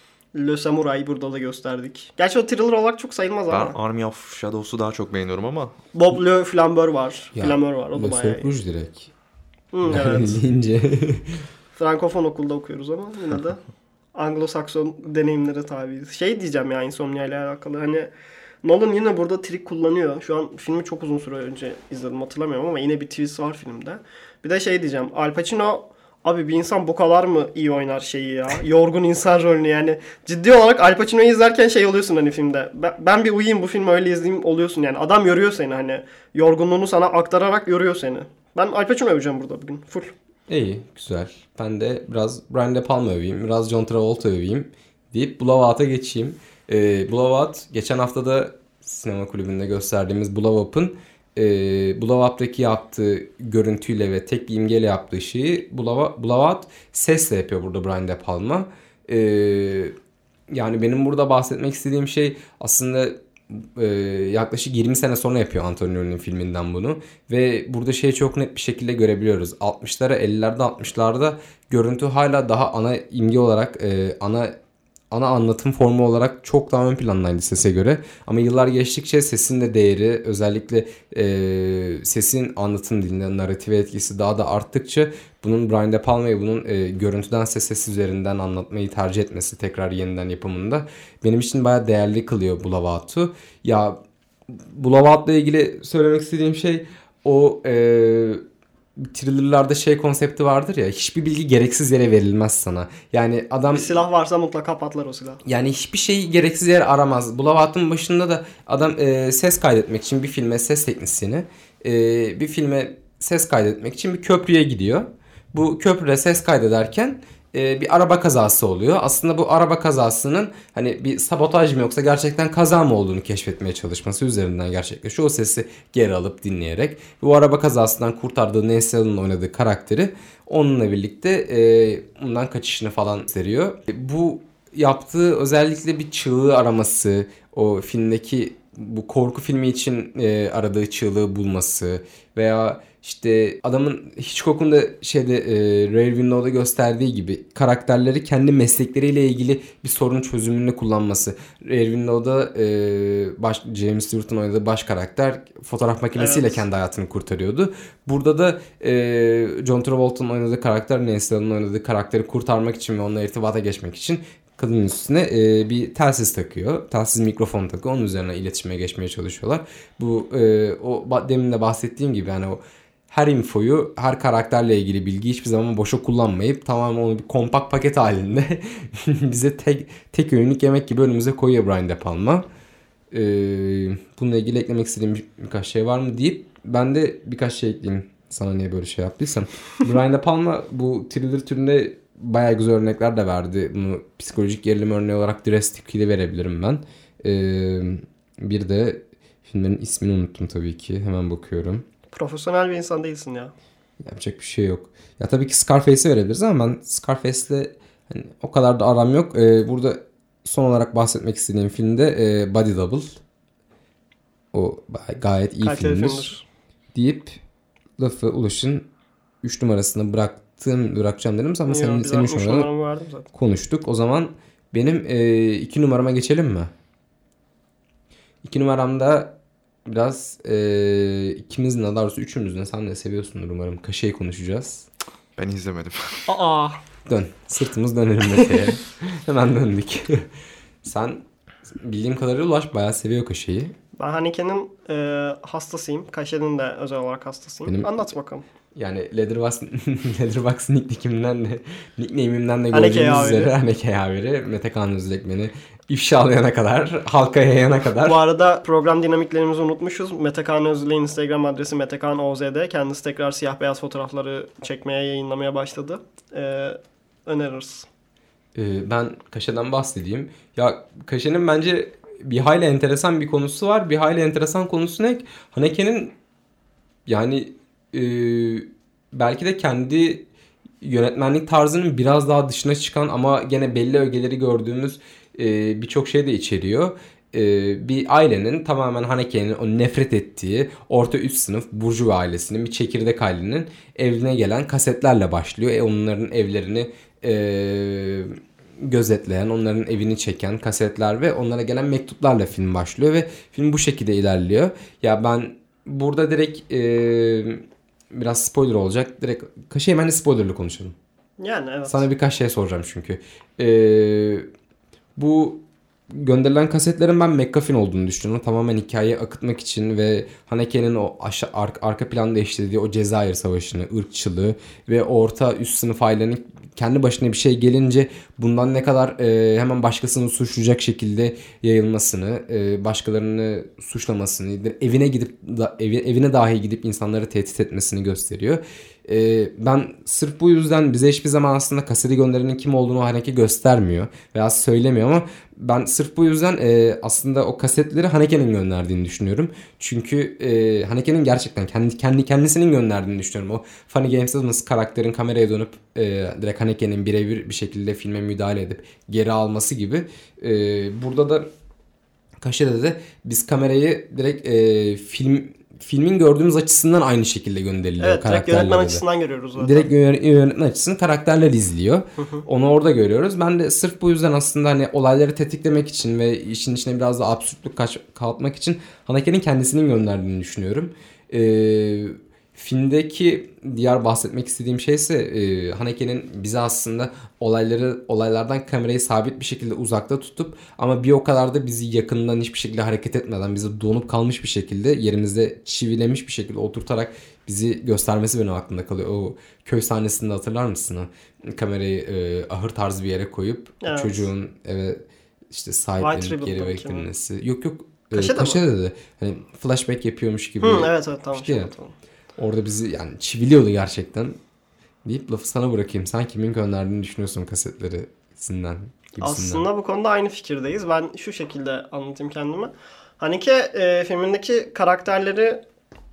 Le Samurai'yi burada da gösterdik. Gerçi o thriller olarak çok sayılmaz ben ama. Ben Army of Shadows'u daha çok beğeniyorum ama. Bob Le Flambeur var. Ya, Flambeur var. O da Le bayağı iyi. Rouge direkt. Hmm, evet. İnce. Frankofon okulda okuyoruz ama yine de Anglo-Sakson deneyimlere tabiiz. Şey diyeceğim ya Insomnia ile alakalı. Hani Nolan yine burada trik kullanıyor. Şu an filmi çok uzun süre önce izledim, hatırlamıyorum ama yine bir twist var filmde. Bir de şey diyeceğim. Al Pacino, abi bir insan bu kadar mı iyi oynar şeyi ya? Yorgun insan rolünü yani. Ciddi olarak Al Pacino'yu izlerken şey oluyorsun hani filmde. Ben, ben bir uyuyayım bu filmi öyle izleyeyim oluyorsun yani. Adam yoruyor seni hani. Yorgunluğunu sana aktararak yoruyor seni. Ben Al Pacino'yu öveceğim burada bugün. Full. İyi, güzel. Ben de biraz Brian De Palma öveyim, biraz John Travolta öveyim deyip Blowout'a geçeyim. Ee, Blowout, geçen hafta da sinema kulübünde gösterdiğimiz Blow Up'ın e, Blowout'taki yaptığı görüntüyle ve tek bir imgeyle yaptığı şeyi Blowout sesle yapıyor burada Brian De Palma. Ee, yani benim burada bahsetmek istediğim şey aslında Ee, yaklaşık yirmi sene sonra yapıyor Antonio'nun filminden bunu ve burada şeyi çok net bir şekilde görebiliyoruz. altmışlara ellilerde altmışlarda görüntü hala daha ana imge olarak e, ana ana anlatım formu olarak çok daha ön plandaydı sese göre. Ama yıllar geçtikçe sesin de değeri, özellikle e, sesin anlatım dilinde narrative etkisi daha da arttıkça bunun Brian De Palma'yı bunun e, görüntüden ses üzerinden anlatmayı tercih etmesi tekrar yeniden yapımında benim için bayağı değerli kılıyor Blowout'u. Ya Blowout'la ilgili söylemek istediğim şey o e, thriller'larda şey konsepti vardır ya, hiçbir bilgi gereksiz yere verilmez sana. Yani adam... Bir silah varsa mutlaka patlar o silah. Yani hiçbir şeyi gereksiz yere aramaz. Blowout'un başında da adam e, ses kaydetmek için bir filme ses teknisyeni e, bir filme ses kaydetmek için bir köprüye gidiyor. Bu köprüde ses kaydederken e, bir araba kazası oluyor. Aslında bu araba kazasının hani bir sabotaj mı yoksa gerçekten kaza mı olduğunu keşfetmeye çalışması üzerinden gerçekleşiyor. O sesi geri alıp dinleyerek. Bu araba kazasından kurtardığı Nancy Allen'ın oynadığı karakteri onunla birlikte e, bundan kaçışını falan gösteriyor. E, bu yaptığı özellikle bir çığlığı araması, o filmdeki bu korku filmi için e, aradığı çığlığı bulması veya İşte adamın Hitchcock'un da şeyde e, Rear Window'da gösterdiği gibi karakterleri kendi meslekleriyle ilgili bir sorun çözümünü kullanması. Rear Window'da e, baş, James Stewart'ın oynadığı baş karakter fotoğraf makinesiyle evet. kendi hayatını kurtarıyordu. Burada da e, John Travolta'nın oynadığı karakter Nancy Allen'ın oynadığı karakteri kurtarmak için ve onunla irtibata geçmek için kadının üstüne e, bir telsiz takıyor. Telsiz mikrofon takıyor. Onun üzerine iletişime geçmeye çalışıyorlar. Bu e, o demin de bahsettiğim gibi yani o her infoyu, her karakterle ilgili bilgi hiçbir zaman boşa kullanmayıp tamamen onu bir kompakt paket halinde bize tek tek öğünlük yemek gibi önümüze koyuyor Brian De Palma. Ee, bununla ilgili eklemek istediğim bir, birkaç şey var mı deyip ben de birkaç şey ekleyeyim. Sana niye böyle şey yaptıysam. Brian De Palma bu thriller türünde bayağı güzel örnekler de verdi. Bunu psikolojik gerilim örneği olarak Dress to Kill'i verebilirim ben. Ee, bir de filmlerin ismini unuttum tabii ki. Hemen bakıyorum. Profesyonel bir insan değilsin ya. Yapacak bir şey yok. Ya tabii ki Scarface'i verebiliriz ama ben Scarface'le hani o kadar da aram yok. Ee, burada son olarak bahsetmek istediğim filmde e, Body Double. O gayet iyi Kaliteli filmdir. filmdir. Deyip lafı Ulaş'ın üç numarasını bıraktım, bırakacağım dedim ama senin, senin üç numaranı konuştuk. O zaman benim iki e, numarama geçelim mi? iki numaramda biraz e, ikimizin daha doğrusu üçümüzün, sen de seviyorsundur umarım, Kaşe'yi konuşacağız. Ben izlemedim. Aa. Dön. Sırtımız dönelim Mete'ye. Hemen döndük. Sen bildiğim kadarıyla Ulaş bayağı seviyor Kaşe'yi. Ben Haneke'nin e, hastasıyım. Kaşe'nin de özel olarak hastasıyım. Benim, Anlat bakalım. Yani Letterboxd Letterboxd nickname'imden de nickname'imden de gördüğünüz üzere Haneke Yaveri, Mete Kaan Özlekmen'i ifşalayana kadar, halka yayana kadar. Bu arada program dinamiklerimizi unutmuşuz. Mete Kaan Özlek'in Instagram adresi Mete Kaan O Z D. Kendisi tekrar siyah beyaz fotoğrafları çekmeye, yayınlamaya başladı. Ee, öneririz. Ee, ben Kaşe'den bahsedeyim. Ya Kaşe'nin bence bir hayli enteresan bir konusu var. Bir hayli enteresan konusu ne? Haneke'nin yani e, belki de kendi yönetmenlik tarzının biraz daha dışına çıkan ama gene belli ögeleri gördüğümüz e, birçok şey de içeriyor. E, bir ailenin tamamen Haneke'nin o nefret ettiği orta üst sınıf burjuva ailesinin, bir çekirdek ailenin evine gelen kasetlerle başlıyor. E, onların evlerini e, gözetleyen, onların evini çeken kasetler ve onlara gelen mektuplarla film başlıyor ve film bu şekilde ilerliyor. Ya ben burada direkt e, biraz spoiler olacak. Direkt Kaşe'yi ben de spoilerlı konuşalım. Yani evet. Sana birkaç şey soracağım çünkü. E, bu gönderilen kasetlerin ben McGuffin olduğunu düşünüyorum. Tamamen hikayeyi akıtmak için ve Haneke'nin o aşağı, ar- arka planda işlediği o Cezayir Savaşı'nı, ırkçılığı ve orta üst sınıf ailenin kendi başına bir şey gelince bundan ne kadar e, hemen başkasını suçlayacak şekilde yayılmasını, e, başkalarını suçlamasını, evine gidip da, evi, evine dahi gidip insanları tehdit etmesini gösteriyor. E, ben sırf bu yüzden bize hiçbir zaman aslında kaseti gönderenin kim olduğunu Haneke göstermiyor veya söylemiyor ama ben sırf bu yüzden e, aslında o kasetleri Haneke'nin gönderdiğini düşünüyorum. Çünkü e, Haneke'nin gerçekten kendi kendi kendisinin gönderdiğini düşünüyorum. O Funny Games'de nasıl karakterin kameraya dönüp e, direkt Haneke'nin birebir bir şekilde filme müdahale edip geri alması gibi. E, burada da Kaşe'de de biz kamerayı direkt e, film filmin gördüğümüz açısından aynı şekilde gönderiliyor. Evet, direkt yönetmen açısından görüyoruz zaten. Direkt yönetmen açısından karakterler izliyor. Onu orada görüyoruz. Ben de sırf bu yüzden aslında hani olayları tetiklemek için ve işin içine biraz da absürtlük katmak için Haneke'nin kendisinin gönderdiğini düşünüyorum. Ee, filmdeki diğer bahsetmek istediğim şey ise e, Haneke'nin bize aslında olayları olaylardan kamerayı sabit bir şekilde uzakta tutup ama bir o kadar da bizi yakından hiçbir şekilde hareket etmeden bizi donup kalmış bir şekilde yerimizde çivilemiş bir şekilde oturtarak bizi göstermesi benim aklımda kalıyor. O köy sahnesinde hatırlar mısın? Kamerayı e, ahır tarzı bir yere koyup evet. Çocuğun eve işte sahiplenip geri verilmesi. Yok yok. Kaşe'de, Kaşe'de de hani flashback yapıyormuş gibi. Hı, evet evet tamam. Şey, tamam. Orada bizi yani çiviliyordu gerçekten. Deyip lafı sana bırakayım. Sen kimin gönderdiğini düşünüyorsun kasetlerisinden gibisinden. Aslında bu konuda aynı fikirdeyiz. Ben şu şekilde anlatayım kendimi. Haneke e, filmindeki karakterleri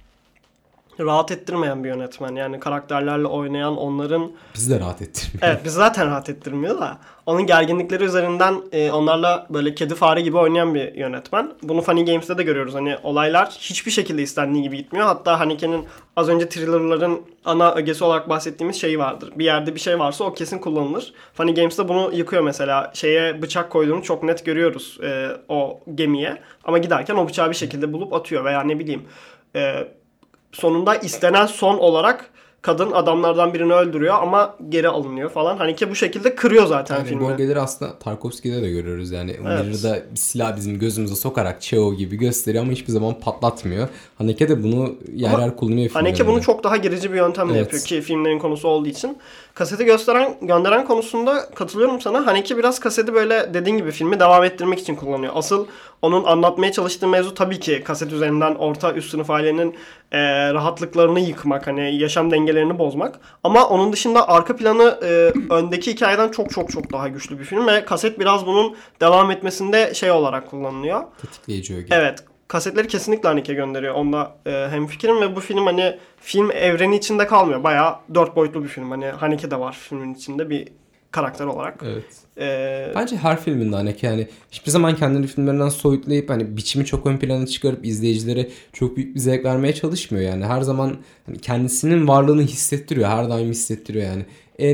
rahat ettirmeyen bir yönetmen. Yani karakterlerle oynayan, onların... Bizi de rahat ettirmiyor. Evet, bizi zaten rahat ettirmiyor da. Onun gerginlikleri üzerinden e, onlarla böyle kedi fare gibi oynayan bir yönetmen. Bunu Funny Games'te de görüyoruz. Hani olaylar hiçbir şekilde istendiği gibi gitmiyor. Hatta Haneke'nin az önce thrillerların ana ögesi olarak bahsettiğimiz şeyi vardır. Bir yerde bir şey varsa o kesin kullanılır. Funny Games'te bunu yıkıyor mesela. Şeye bıçak koyduğunu çok net görüyoruz e, o gemiye. Ama giderken o bıçağı bir şekilde bulup atıyor veya ne bileyim... E, sonunda istenen son olarak kadın adamlardan birini öldürüyor ama geri alınıyor falan. Haneke bu şekilde kırıyor zaten yani filmi. Bölgeleri aslında Tarkovski'de de görüyoruz yani. Evet. Mirror'da bir silah bizim gözümüze sokarak Cheo gibi gösteriyor ama hiçbir zaman patlatmıyor. Haneke de bunu yer yer kullanıyor filmlerinde. Haneke bunu çok daha gerici bir yöntemle Evet. yapıyor ki filmlerin konusu olduğu için. Kaseti gösteren, gönderen konusunda katılıyorum sana. Haneke biraz kaseti böyle dediğin gibi filmi devam ettirmek için kullanıyor. Asıl onun anlatmaya çalıştığı mevzu tabii ki kaset üzerinden orta üst sınıf ailenin e, rahatlıklarını yıkmak, hani yaşam dengelerini bozmak. Ama onun dışında arka planı e, öndeki hikayeden çok çok çok daha güçlü bir film ve kaset biraz bunun devam etmesinde şey olarak kullanılıyor. Tetikleyici öge. Evet. Kasetleri kesinlikle Haneke gönderiyor. Onda e, hemfikirim ve bu film hani film evreni içinde kalmıyor. Bayağı dört boyutlu bir film. Hani Haneke de var filmin içinde bir karakter olarak. Evet. Ee, Bence her filminde Haneke yani hiçbir zaman kendini filmlerinden soyutlayıp hani biçimi çok ön plana çıkarıp izleyicilere çok büyük bir zevk vermeye çalışmıyor yani. Her zaman hani kendisinin varlığını hissettiriyor. Her daim hissettiriyor yani. En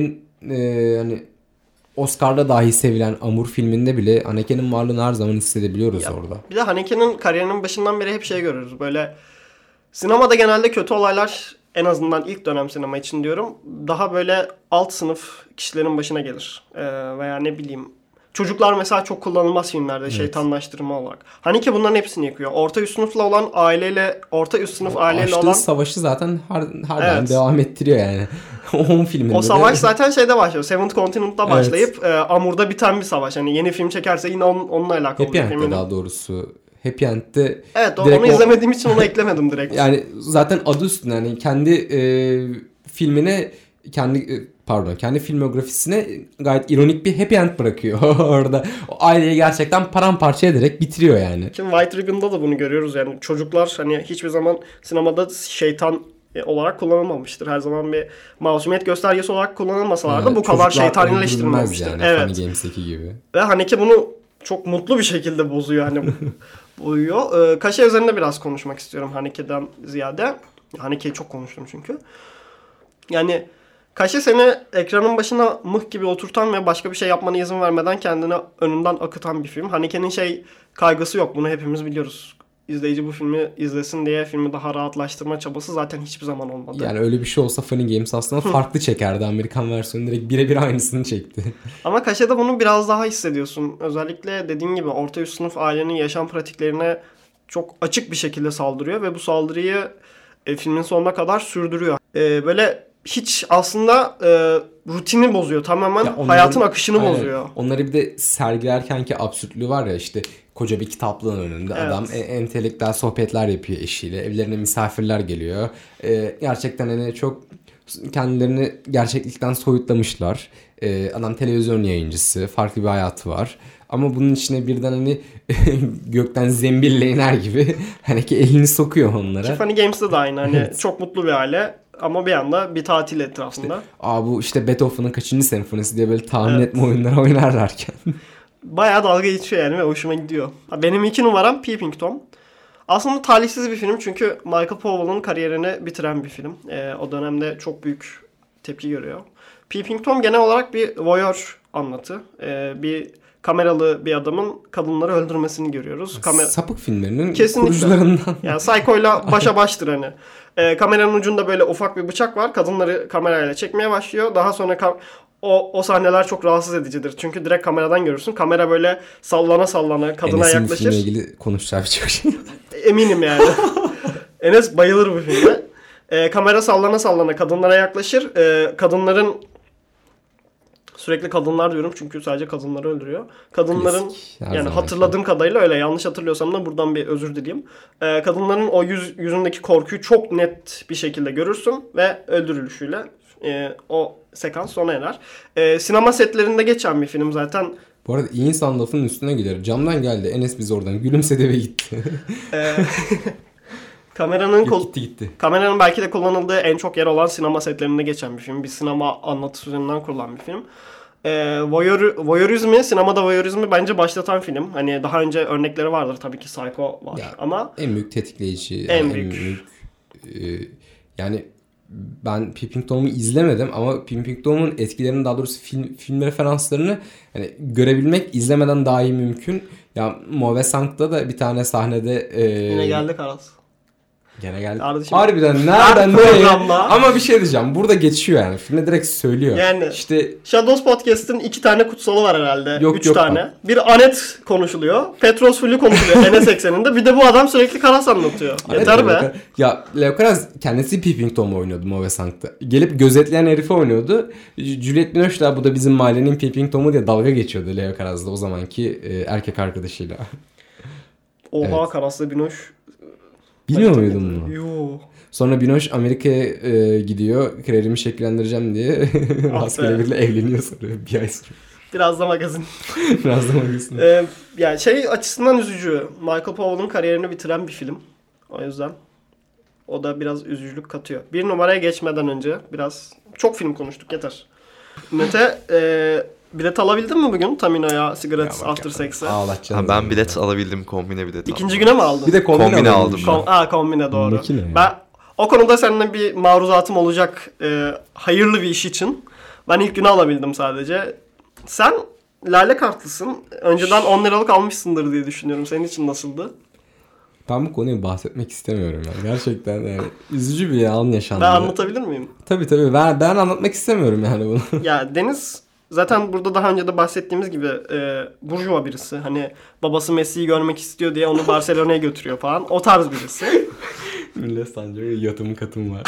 e, hani Oscar'da dahi sevilen Amour filminde bile Haneke'nin varlığını her zaman hissedebiliyoruz ya, orada. Bir de Haneke'nin kariyerinin başından beri hep şey görürüz. Böyle sinemada genelde kötü olaylar, en azından ilk dönem sinema için diyorum, daha böyle alt sınıf kişilerin başına gelir. Ee, veya ne bileyim çocuklar mesela çok kullanılmaz filmlerde, evet, şeytanlaştırma olarak. Haneke bunların hepsini yakıyor. Orta üst sınıfla olan aileyle, orta üst sınıf o aileyle açtığı olan savaşı zaten her, her evet, daim devam ettiriyor yani. on filminde. O savaş de zaten şeyde başlıyor. Seventh Continent'ta evet, başlayıp e, Amour'da biten bir savaş. Hani yeni film çekerse yine onun, onunla alakalı. Happy End'de daha doğrusu. Happy End'de evet, onu o, izlemediğim için onu eklemedim direkt. Yani zaten adı üstünde yani kendi e, filmine kendi e, pardon kendi filmografisine gayet ironik bir happy end bırakıyor orada. O aileyi gerçekten paramparça ederek bitiriyor yani. Şimdi White Ribbon'da da bunu görüyoruz yani. Çocuklar hani hiçbir zaman sinemada şeytan olarak kullanılmamıştır. Her zaman bir masumiyet göstergesi olarak kullanılmasalar da evet, bu kadar şeytanileştirilmemiştir. Yani, evet. Funny Games'teki gibi. Ve Haneke bunu çok mutlu bir şekilde bozuyor hani. Bozuyor. Ee, kaşe üzerinde biraz konuşmak istiyorum Haneke'den ziyade. Haneke'yi çok konuştum çünkü. Yani kaşe seni ekranın başına mıh gibi oturtan ve başka bir şey yapmana izin vermeden kendini önünden akıtan bir film. Haneke'nin şey kaygısı yok. Bunu hepimiz biliyoruz. İzleyici bu filmi izlesin diye filmi daha rahatlaştırma çabası zaten hiçbir zaman olmadı. Yani öyle bir şey olsa Funny Games aslında farklı çekerdi. Amerikan versiyonu direkt birebir aynısını çekti. Ama Kaşe'de bunu biraz daha hissediyorsun. Özellikle dediğin gibi orta üst sınıf ailenin yaşam pratiklerine çok açık bir şekilde saldırıyor ve bu saldırıyı e, filmin sonuna kadar sürdürüyor. E, böyle hiç aslında e, rutini bozuyor. Tamamen onların, hayatın akışını aynen, bozuyor. Onları bir de sergilerkenki absürtlüğü var ya, işte koca bir kitaplığın önünde evet, adam e, entelektüel sohbetler yapıyor eşiyle. Evlerine misafirler geliyor. E, gerçekten hani çok kendilerini gerçeklikten soyutlamışlar. E, adam televizyon yayıncısı. Farklı bir hayatı var. Ama bunun içine birden hani gökten zembille iner gibi hani ki elini sokuyor onlara. Ki Funny Games'de de aynı. Hani çok mutlu bir aile. Ama bir anda bir tatil etrafında. İşte, aa bu işte Beethoven'ın kaçıncı senfonisi diye böyle tahmin evet, etme oyunları oynarlarken. Bayağı dalga geçiyor yani ve hoşuma gidiyor. Benim iki numaram Peeping Tom. Aslında talihsiz bir film çünkü Michael Powell'ın kariyerini bitiren bir film. Ee, o dönemde çok büyük tepki görüyor. Peeping Tom genel olarak bir voyeur anlatı. Ee, bir kameralı bir adamın kadınları öldürmesini görüyoruz. Kamer- Sapık filmlerinin kesinlikle kurucularından. Yani Psycho'yla başa baştır hani. Ee, kameranın ucunda böyle ufak bir bıçak var. Kadınları kamerayla çekmeye başlıyor. Daha sonra kam- o o sahneler çok rahatsız edicidir. Çünkü direkt kameradan görürsün. Kamera böyle sallana sallana kadına Enes'in yaklaşır. Enes'in filmle ilgili konuşacağı birçok şey. Eminim yani. Enes bayılır bu filme. Ee, kamera sallana sallana kadınlara yaklaşır. Ee, kadınların sürekli kadınlar diyorum çünkü sadece kadınları öldürüyor. Kadınların yani hatırladığım şey. kadarıyla öyle, yanlış hatırlıyorsam da buradan bir özür dileyeyim. Ee, kadınların o yüz, yüzündeki korkuyu çok net bir şekilde görürsün ve öldürülüşüyle e, o sekans sona erer. E, sinema setlerinde geçen bir film zaten. Bu arada iyi insan lafının üstüne gider. Camdan geldi. Enes bizi oradan gülümsedi ve gitti. e, kameranın kol- gitti gitti. Kameranın belki de kullanıldığı en çok yer olan sinema setlerinde geçen bir film. Bir sinema anlatısı üzerinden kurulan bir film. E, voyeur, voyeurizmi, sinemada voyeurizmi bence başlatan film. Hani daha önce örnekleri vardır tabii ki, Psycho var ya, ama en büyük tetikleyici, en yani büyük, en büyük e, yani ben Peeping Tom'u izlemedim ama Peeping Tom'un etkilerini, daha doğrusu film film referanslarını hani görebilmek izlemeden daha iyi mümkün. Ya Mauvais Sang'da da bir tane sahnede e, yine geldik Aras. Gene geldi. Kardeşim, harbiden nereden nereye? programda. Ama bir şey diyeceğim. Burada geçiyor yani. Filmde direkt söylüyor. Yani işte Shadows Podcast'ın iki tane kutsalı var herhalde. Yok, Üç yok tane. lan. Bir Anet konuşuluyor. Petros Fulü konuşuluyor N S ekseninde. Bir de bu adam sürekli Karas anlatıyor. Yeter be. Ya Leo Karas kendisi Peeping Tom oynuyordu Move Sank'ta. Gelip gözetleyen herifi oynuyordu. Juliette Binoche da bu da bizim mahallenin Peeping Tom'u diye dalga geçiyordu Leo Karas'la o zamanki e, erkek arkadaşıyla. Oha Evet. Karas'la Binoche. Biliyor muydun bunu? Yoo. Sonra Binoche Amerika'ya e, gidiyor. Kariyerimi şekillendireceğim diye. Ah Rastgele be. biriyle evleniyor sonra bir ay sonra. Biraz da magazin. Biraz da magazin. Ee, yani şey açısından üzücü. Michael Powell'ın kariyerini bitiren bir film. O yüzden o da biraz üzücülük katıyor. Bir numaraya geçmeden önce biraz çok film konuştuk yeter. Mete e, bilet alabildin mi bugün Tamino'ya Cigarettes Ya bak After ya. Sex'e? Ağlatacaksın. Ha, ben bilet alabildim. Kombine bilet İkinci aldım. güne mi aldın? Bir de kombine, Kombine aldım. aldım. Kom Aa, kombine doğru. Makine ya. Ben o konuda seninle bir maruzatım olacak e, hayırlı bir iş için. Ben ilk günü alabildim sadece. Sen lale kartlısın. Önceden on liralık almışsındır diye düşünüyorum. Senin için nasıldı? Ben bu konuyu bahsetmek istemiyorum ya. Gerçekten yani üzücü bir an yaşandı. Ben anlatabilir miyim? Tabii tabii. Ben, ben anlatmak istemiyorum yani bunu. Ya Deniz zaten burada daha önce de bahsettiğimiz gibi e, burjuva birisi. Hani babası Messi'yi görmek istiyor diye onu Barcelona'ya götürüyor falan. O tarz birisi. Millet sanacak yatım katım var.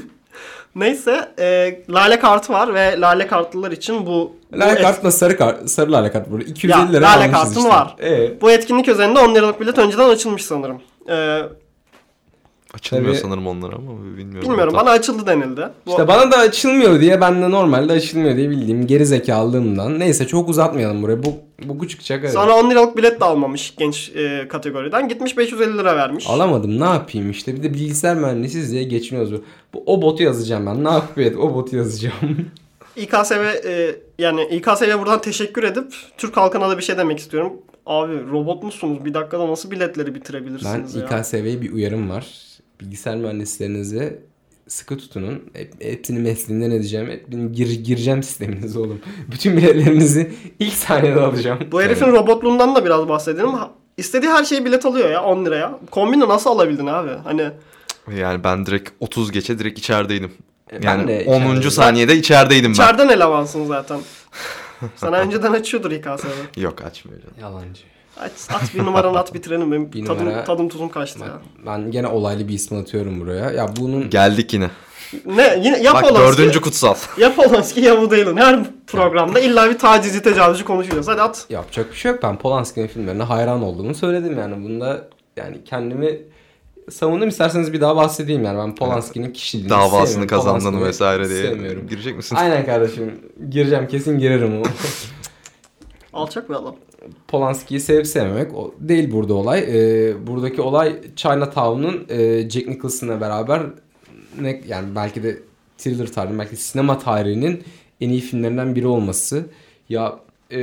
Neyse e, lale kartı var ve lale kartlılar için bu... Lale bu kartla sarı kart, sarı lale kart burada. iki yüz Ya, elli lira lale almışız kartın işte. var. Ee, Bu etkinlik üzerinde on liralık bilet önceden açılmış sanırım. Ee, Açılmıyor Tabii. sanırım onlar ama bilmiyorum. bilmiyorum Hatta- bana açıldı denildi. Bu, işte bana da açılmıyor diye ben de normalde açılmıyor diye bildiğim geri zekalığımdan. Neyse çok uzatmayalım buraya. Bu bu küçük şaka. Sonra on liralık bilet de almamış genç e, kategoriden. Gitmiş beş yüz elli lira vermiş. Alamadım ne yapayım işte bir de bilgisayar mühendisiyiz diye geçmiyoruz. Bu, o botu yazacağım ben ne yapayım o botu yazacağım. İ K S V e, yani İ K S V'ye buradan teşekkür edip Türk halkına da bir şey demek istiyorum. Abi robot musunuz? Bir dakikada nasıl biletleri Ben bitirebilirsiniz ya? İ K S V'ye bir uyarım var. Bilgisayar mühendislerinize sıkı tutunun. Hep, hepsini mesleğinden edeceğim. Hep gir, gireceğim sisteminize oğlum. Bütün biletlerinizi ilk saniyede alacağım. Bu herifin Yani, robotluğundan da biraz bahsedelim. Ha, İstediği her şeyi bilet alıyor ya on liraya. Kombini nasıl alabildin abi? Hani Yani ben direkt otuz geçe direkt içerideydim. ben Yani de onuncu içerideydim. saniyede içerideydim ben. içeriden elemansın zaten. Sana önceden açıyordur İ K S V. Yok açmıyor. Yalancı. At, at bir numaranı at bitirelim. Benim Bir tadım, numara- tadım tuzum kaçtı ya. Ben gene olaylı bir ismi atıyorum buraya. Ya bunun Geldik yine. Ne? Yine ya Bak Polanski, dördüncü kutsal. ya Polanski ya Woody Allen. Her programda illa bir tacizi tecavüzü konuşuyoruz. Hadi at. yapacak bir şey yok. Ben Polanski'nin filmlerine hayran olduğumu söyledim yani. Bunda yani kendimi savundum. İsterseniz bir daha bahsedeyim yani. Ben Polanski'nin kişiliğini Davasını sevmiyorum. kazandığını Polanski'yi vesaire diye. sevmiyorum. Girecek misin? Aynen kardeşim. Gireceğim kesin girerim o. Alçak bir adam. Polanski'yi sevip sevmemek o değil burada olay. Ee, buradaki olay Chinatown'un e, Jack Nicholson'la beraber ne, yani belki de thriller tarihinin belki de sinema tarihinin en iyi filmlerinden biri olması. Ya e,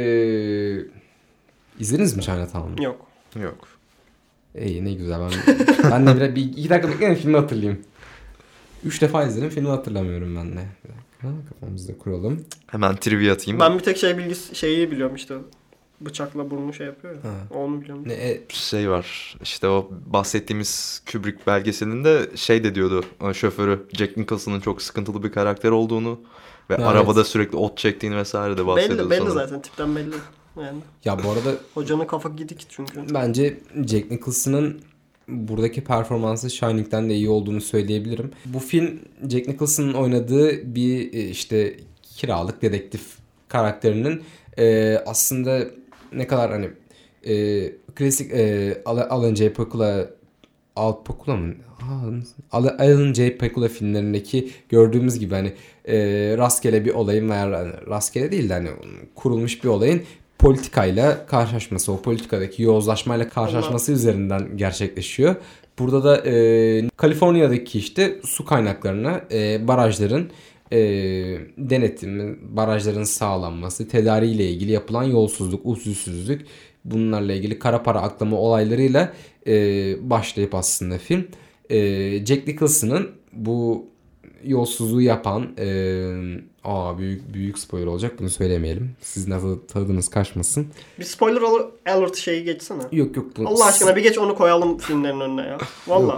izlediniz mi Chinatown'u? Yok. Yok. İyi ne güzel ben ben de bir, bir iki dakika bekleyin filmi hatırlayayım. Üç defa izledim filmi hatırlamıyorum ben de. Bir dakika, kafamızda kuralım. Hemen trivia atayım. Ben bir tek şey bilgisi şeyi biliyorum işte. Bıçakla burnu şey yapıyor ya. Ha. Onu biliyorum. Ne e, Şey var işte o bahsettiğimiz Kubrick belgeselinde şey de diyordu şoförü Jack Nicholson'ın çok sıkıntılı bir karakter olduğunu ve Evet. arabada sürekli ot çektiğini vesaire de bahsediyordu Belli, belli sanırım. zaten tipten belli. Yani ya bu arada hocanın kafa gidik çünkü. bence Jack Nicholson'ın buradaki performansı Shining'den de iyi olduğunu söyleyebilirim. Bu film Jack Nicholson'ın oynadığı bir e, işte kiralık dedektif karakterinin e, aslında ne kadar hani e, klasik e, Alan J. Pakula Al Pakula mı? Aa, Alan J. Pakula filmlerindeki gördüğümüz gibi hani e, rastgele bir olayın veya yani rastgele değil de hani kurulmuş bir olayın politikayla karşılaşması, o politikadaki yozlaşmayla karşılaşması Allah. üzerinden gerçekleşiyor. Burada da e, Kaliforniya'daki işte su kaynaklarına e, barajların e, denetimi, barajların sağlanması, tedariğiyle ilgili yapılan yolsuzluk, usulsüzlük, bunlarla ilgili kara para aklama olaylarıyla e, başlayıp aslında film e, Jack Nicholson'ın bu yolsuzluğu yapan e, aa büyük büyük spoiler olacak, bunu söylemeyelim. Sizin nasıl tadınız kaçmasın. Bir spoiler alert şeyi geçsene. Yok yok. Bu... Allah aşkına bir geç onu koyalım filmlerin önüne ya. Valla. Yok yok.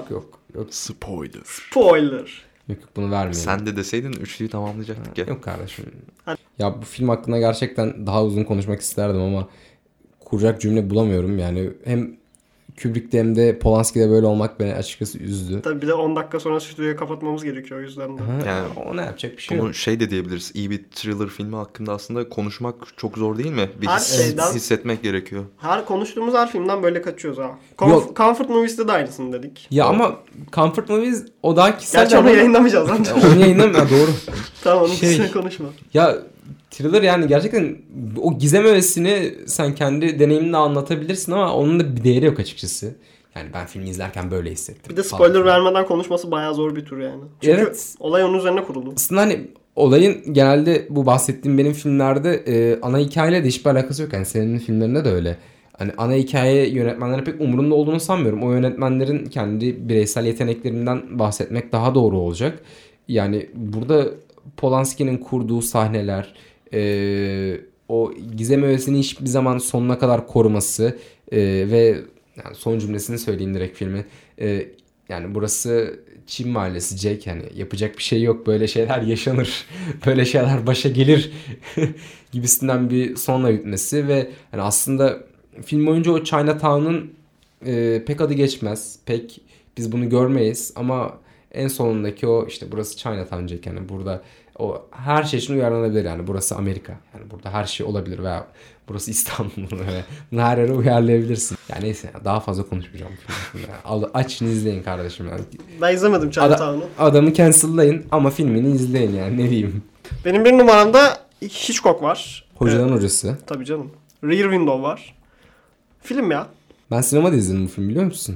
Yok. Spoiler. Spoiler. Yok yok bunu vermeyelim. Sen de deseydin üçlüyü tamamlayacaktık ya. Yok kardeşim. Hadi. Ya bu film hakkında gerçekten daha uzun konuşmak isterdim ama kuracak cümle bulamıyorum. Yani hem Kubrick'te hem de Polanski'de böyle olmak beni açıkçası üzdü. Tabii bir de on dakika sonra stüdyoyu kapatmamız gerekiyor o yüzden de. Aha, Yani ona yapacak bir şey Bunu yok. şey de diyebiliriz. İyi bir thriller filmi hakkında aslında konuşmak çok zor değil mi? Bir Her his- şeyden- hissetmek gerekiyor. Her konuştuğumuz her filmden böyle kaçıyoruz ha. Comf- Yok. Comfort Movies'te de aynısını dedik. Ya ama Comfort Movies o daha kişisel. Gerçi onu ama- yayınlamayacağız lan. Onu yayınlamıyor. Doğru. Tamam onun Şey- üstüne konuşma. Ya thriller yani gerçekten o gizem öğesini sen kendi deneyiminle anlatabilirsin ama onun da bir değeri yok açıkçası. Yani ben filmi izlerken böyle hissettim. Bir de falan. spoiler vermeden konuşması bayağı zor bir tür yani. Çünkü Evet. olay onun üzerine kuruldu. Aslında hani olayın genelde bu bahsettiğim benim filmlerde e, ana hikayeyle de hiçbir alakası yok. Yani senin filmlerinde de öyle. Hani ana hikaye yönetmenlerin pek umurunda olduğunu sanmıyorum. O yönetmenlerin kendi bireysel yeteneklerinden bahsetmek daha doğru olacak. Yani burada Polanski'nin kurduğu sahneler, e, o gizem öğesini hiçbir zaman sonuna kadar koruması e, ve yani son cümlesini söyleyeyim direkt filmi. E, yani burası Çin mahallesi Jack, yani yapacak bir şey yok, böyle şeyler yaşanır, böyle şeyler başa gelir gibisinden bir sonla bitmesi ve yani aslında film boyunca o Chinatown'un e, pek adı geçmez, pek biz bunu görmeyiz ama en sonundaki o işte burası Chinatown Jack, yani burada o her şey için uyarlanabilir, yani burası Amerika, yani burada her şey olabilir veya burası İstanbul ve bunu her yere uyarlayabilirsin. Yani neyse daha fazla konuşmayacağım. Yani açın izleyin kardeşim. Yani. Ben izlemedim Chinatown'u. Ad- adamı cancel'layın ama filmini izleyin yani ne diyeyim. Benim bir numaramda Hitchcock var. Hocadan Ee, hocası. Tabii canım. Rear Window var. Film ya. Ben sinemada izledim bu filmi, biliyor musun?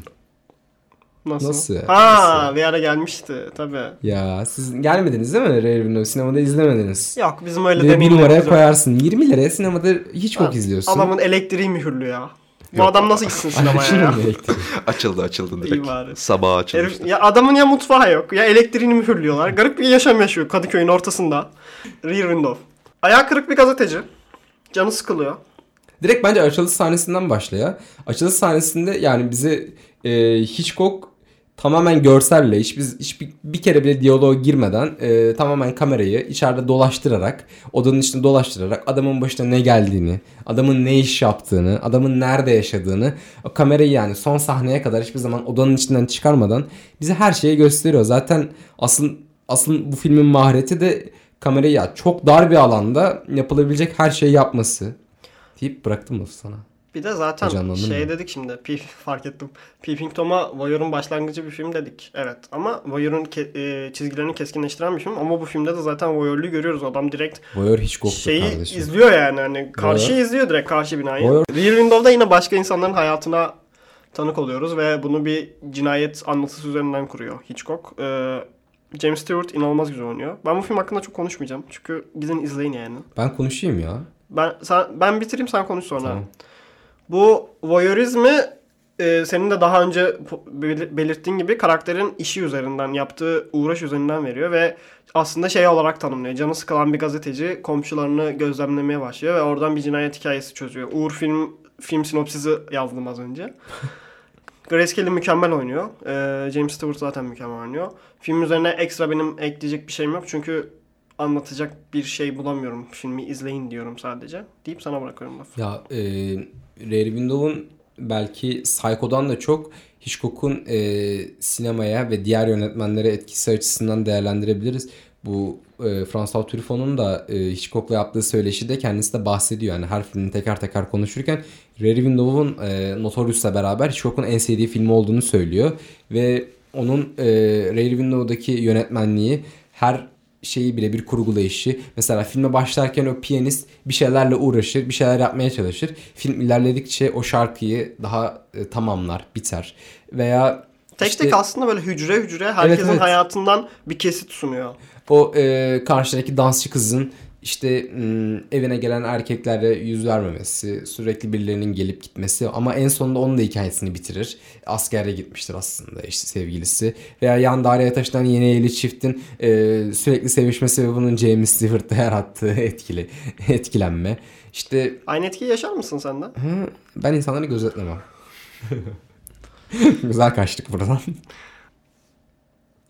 Nasıl? Nasıl? Ha, Nasıl? bir ara gelmişti tabii. Ya siz gelmediniz değil mi Rear Window? Sinemada izlemediniz. Yok bizim öyle Bir de bir deneyimlerimiz numaraya yok. koyarsın. yirmi liraya sinemada Hitchcock izliyorsun. Adamın elektriği mühürlü ya. Bu Yok. adam nasıl gitsin sinemaya Şimdi ya? mi elektriği? Açıldı açıldı İyi direkt. bari. Sabah açılmıştı. Herif- ya adamın ya mutfağı yok ya elektriğini mühürlüyorlar. Garip bir yaşam yaşıyor Kadıköy'ün ortasında. Rear Window. Ayağı kırık bir gazeteci. Canı sıkılıyor. Direkt bence açılış sahnesinden başla ya. Açılış sahnesinde yani bize e, Hitchcock tamamen görselle, hiç biz hiçbir bir kere bile diyaloğa girmeden e, tamamen kamerayı içeride dolaştırarak, odanın içinde dolaştırarak adamın başına ne geldiğini, adamın ne iş yaptığını, adamın nerede yaşadığını, o kamerayı yani son sahneye kadar hiçbir zaman odanın içinden çıkarmadan bize her şeyi gösteriyor. Zaten asıl asıl bu filmin mahareti de kamerayı ya çok dar bir alanda yapılabilecek her şeyi yapması. Deyip bıraktım lafı sana. Bir de zaten Heyecanlandın şey mı? dedik şimdi. Peep, fark ettim. Peeping Tom'a Voyeur'un başlangıcı bir film dedik. Evet ama Voyeur'un ke- e, çizgilerini keskinleştiren bir film. Ama bu filmde de zaten Voyeur'lüğü görüyoruz. Adam direkt Voyeur Hitchcock'tur şeyi kardeşim. izliyor yani. Hani karşıyı Voyeur- izliyor direkt karşı binayı. Voyeur- Rear Window'da yine başka insanların hayatına tanık oluyoruz ve bunu bir cinayet anlatısı üzerinden kuruyor Hitchcock. Ee, James Stewart inanılmaz güzel oynuyor. Ben bu film hakkında çok konuşmayacağım. Çünkü gidin izleyin yani. Ben konuşayım ya. Ben sen, ben bitireyim sen konuş sonra. Tamam. Bu voyeurizmi e, senin de daha önce po- bel- belirttiğin gibi karakterin işi üzerinden, yaptığı uğraş üzerinden veriyor ve aslında şey olarak tanımlıyor. Canı sıkılan bir gazeteci komşularını gözlemlemeye başlıyor ve oradan bir cinayet hikayesi çözüyor. Uğur film film sinopsisi yazdım az önce. Grace Kelly mükemmel oynuyor. Ee, James Stewart zaten mükemmel oynuyor. Film üzerine ekstra benim ekleyecek bir şeyim yok çünkü anlatacak bir şey bulamıyorum. Filmi izleyin diyorum sadece. Deyip sana bırakıyorum lafı. Ya e, Rear Window'un belki Psycho'dan da çok Hitchcock'un e, sinemaya ve diğer yönetmenlere etkisi açısından değerlendirebiliriz. Bu e, François Truffaut'un da e, Hitchcock'la yaptığı söyleşide kendisi de bahsediyor. Yani her filmini teker teker konuşurken Rear Window'un e, Notorious'la beraber Hitchcock'un en sevdiği filmi olduğunu söylüyor. Ve onun e, Rear Window'daki yönetmenliği, her şeyi bile bir kurgulayışı. Mesela filme başlarken o piyanist bir şeylerle uğraşır, bir şeyler yapmaya çalışır. Film ilerledikçe o şarkıyı daha e, tamamlar, biter. Veya Tek işte tek aslında böyle hücre hücre herkesin Evet, evet. hayatından bir kesit sunuyor. o e, karşıdaki dansçı kızın işte m, evine gelen erkeklerle yüz vermemesi, sürekli birilerinin gelip gitmesi ama en sonunda onun da hikayesini bitirir. Askere gitmiştir aslında işte sevgilisi. Veya yan daireye taşınan yeni evli çiftin e, sürekli sevişmesi ve bunun James Stewart'ta yarattığı etkili etkilenme. İşte Aynı etkiyi yaşar mısın sen de? hı, ben insanları gözetlemem. Güzel kaçtık buradan.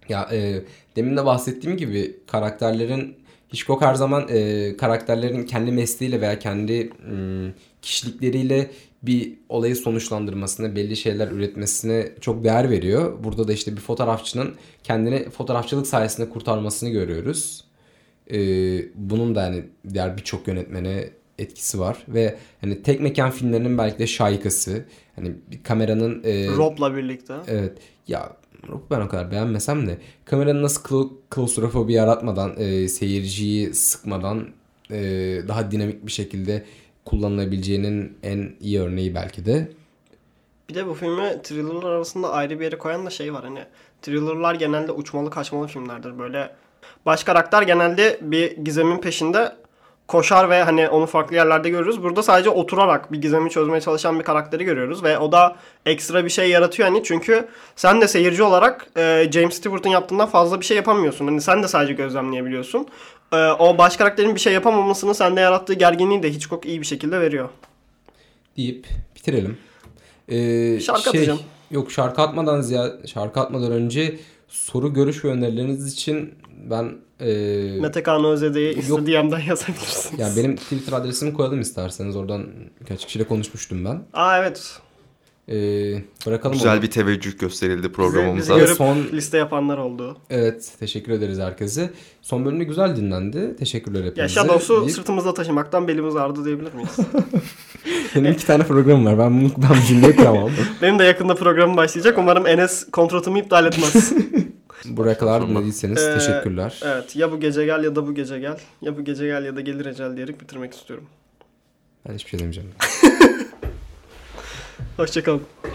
Ya e, demin de bahsettiğim gibi karakterlerin Hitchcock her zaman e, karakterlerin kendi mesleğiyle veya kendi m, kişilikleriyle bir olayı sonuçlandırmasına, belli şeyler üretmesine çok değer veriyor. Burada da işte bir fotoğrafçının kendini fotoğrafçılık sayesinde kurtarmasını görüyoruz. E, bunun da hani diğer birçok yönetmene etkisi var ve hani tek mekan filmlerinin belki de şaikası. Hani bir kameranın e, Rob'la birlikte. Evet. Ya Rob'u ben o kadar beğenmesem de kameranın nasıl klostrofobi yaratmadan, e, seyirciyi sıkmadan e, daha dinamik bir şekilde kullanılabileceğinin en iyi örneği belki de. Bir de bu filmi thrillerlar arasında ayrı bir yere koyan da şey var. Hani thrillerlar genelde uçmalı kaçmalı filmlerdir. Böyle baş karakter genelde bir gizemin peşinde koşar ve hani onu farklı yerlerde görürüz. Burada sadece oturarak bir gizemi çözmeye çalışan bir karakteri görüyoruz ve o da ekstra bir şey yaratıyor hani, çünkü sen de seyirci olarak e, James Stewart'ın yaptığından fazla bir şey yapamıyorsun. Hani sen de sadece gözlemleyebiliyorsun. E, o baş karakterin bir şey yapamamasını sende yarattığı gerginliği de Hitchcock iyi bir şekilde veriyor. Deyip bitirelim. Ee, şarkı şey, atacağım. Yok şarkı atmadan ziyade, şarkı atmadan önce soru, görüş ve önerileriniz için ben e, Mete Kaan Özede'ye Insta D M'den yazabilirsiniz. Yani benim Twitter adresimi koyalım isterseniz. Oradan birkaç kişiyle konuşmuştum ben. Aa evet. Ee, bırakalım Güzel onu. bir teveccüh gösterildi programımıza. Bizi, bizi görüp son... liste yapanlar oldu. Evet, teşekkür ederiz herkese. Son bölümde güzel dinlendi. Teşekkürler hepinize. Ya Shadows'u deyip... sırtımızda taşımaktan belimiz ağrıdı diyebilir miyiz? Benim iki tane programım var. Ben bunu ben bu cümleyi kuramam. Benim de yakında programım başlayacak. Umarım Enes kontratımı iptal etmez. Buraya kadar dinlediyseniz ee, teşekkürler. Evet, ya bu gece gel ya da bu gece gel. Ya bu gece gel ya da gelir ecel diyerek bitirmek istiyorum. Ben hiçbir şey demeyeceğim. Hoşçakalın.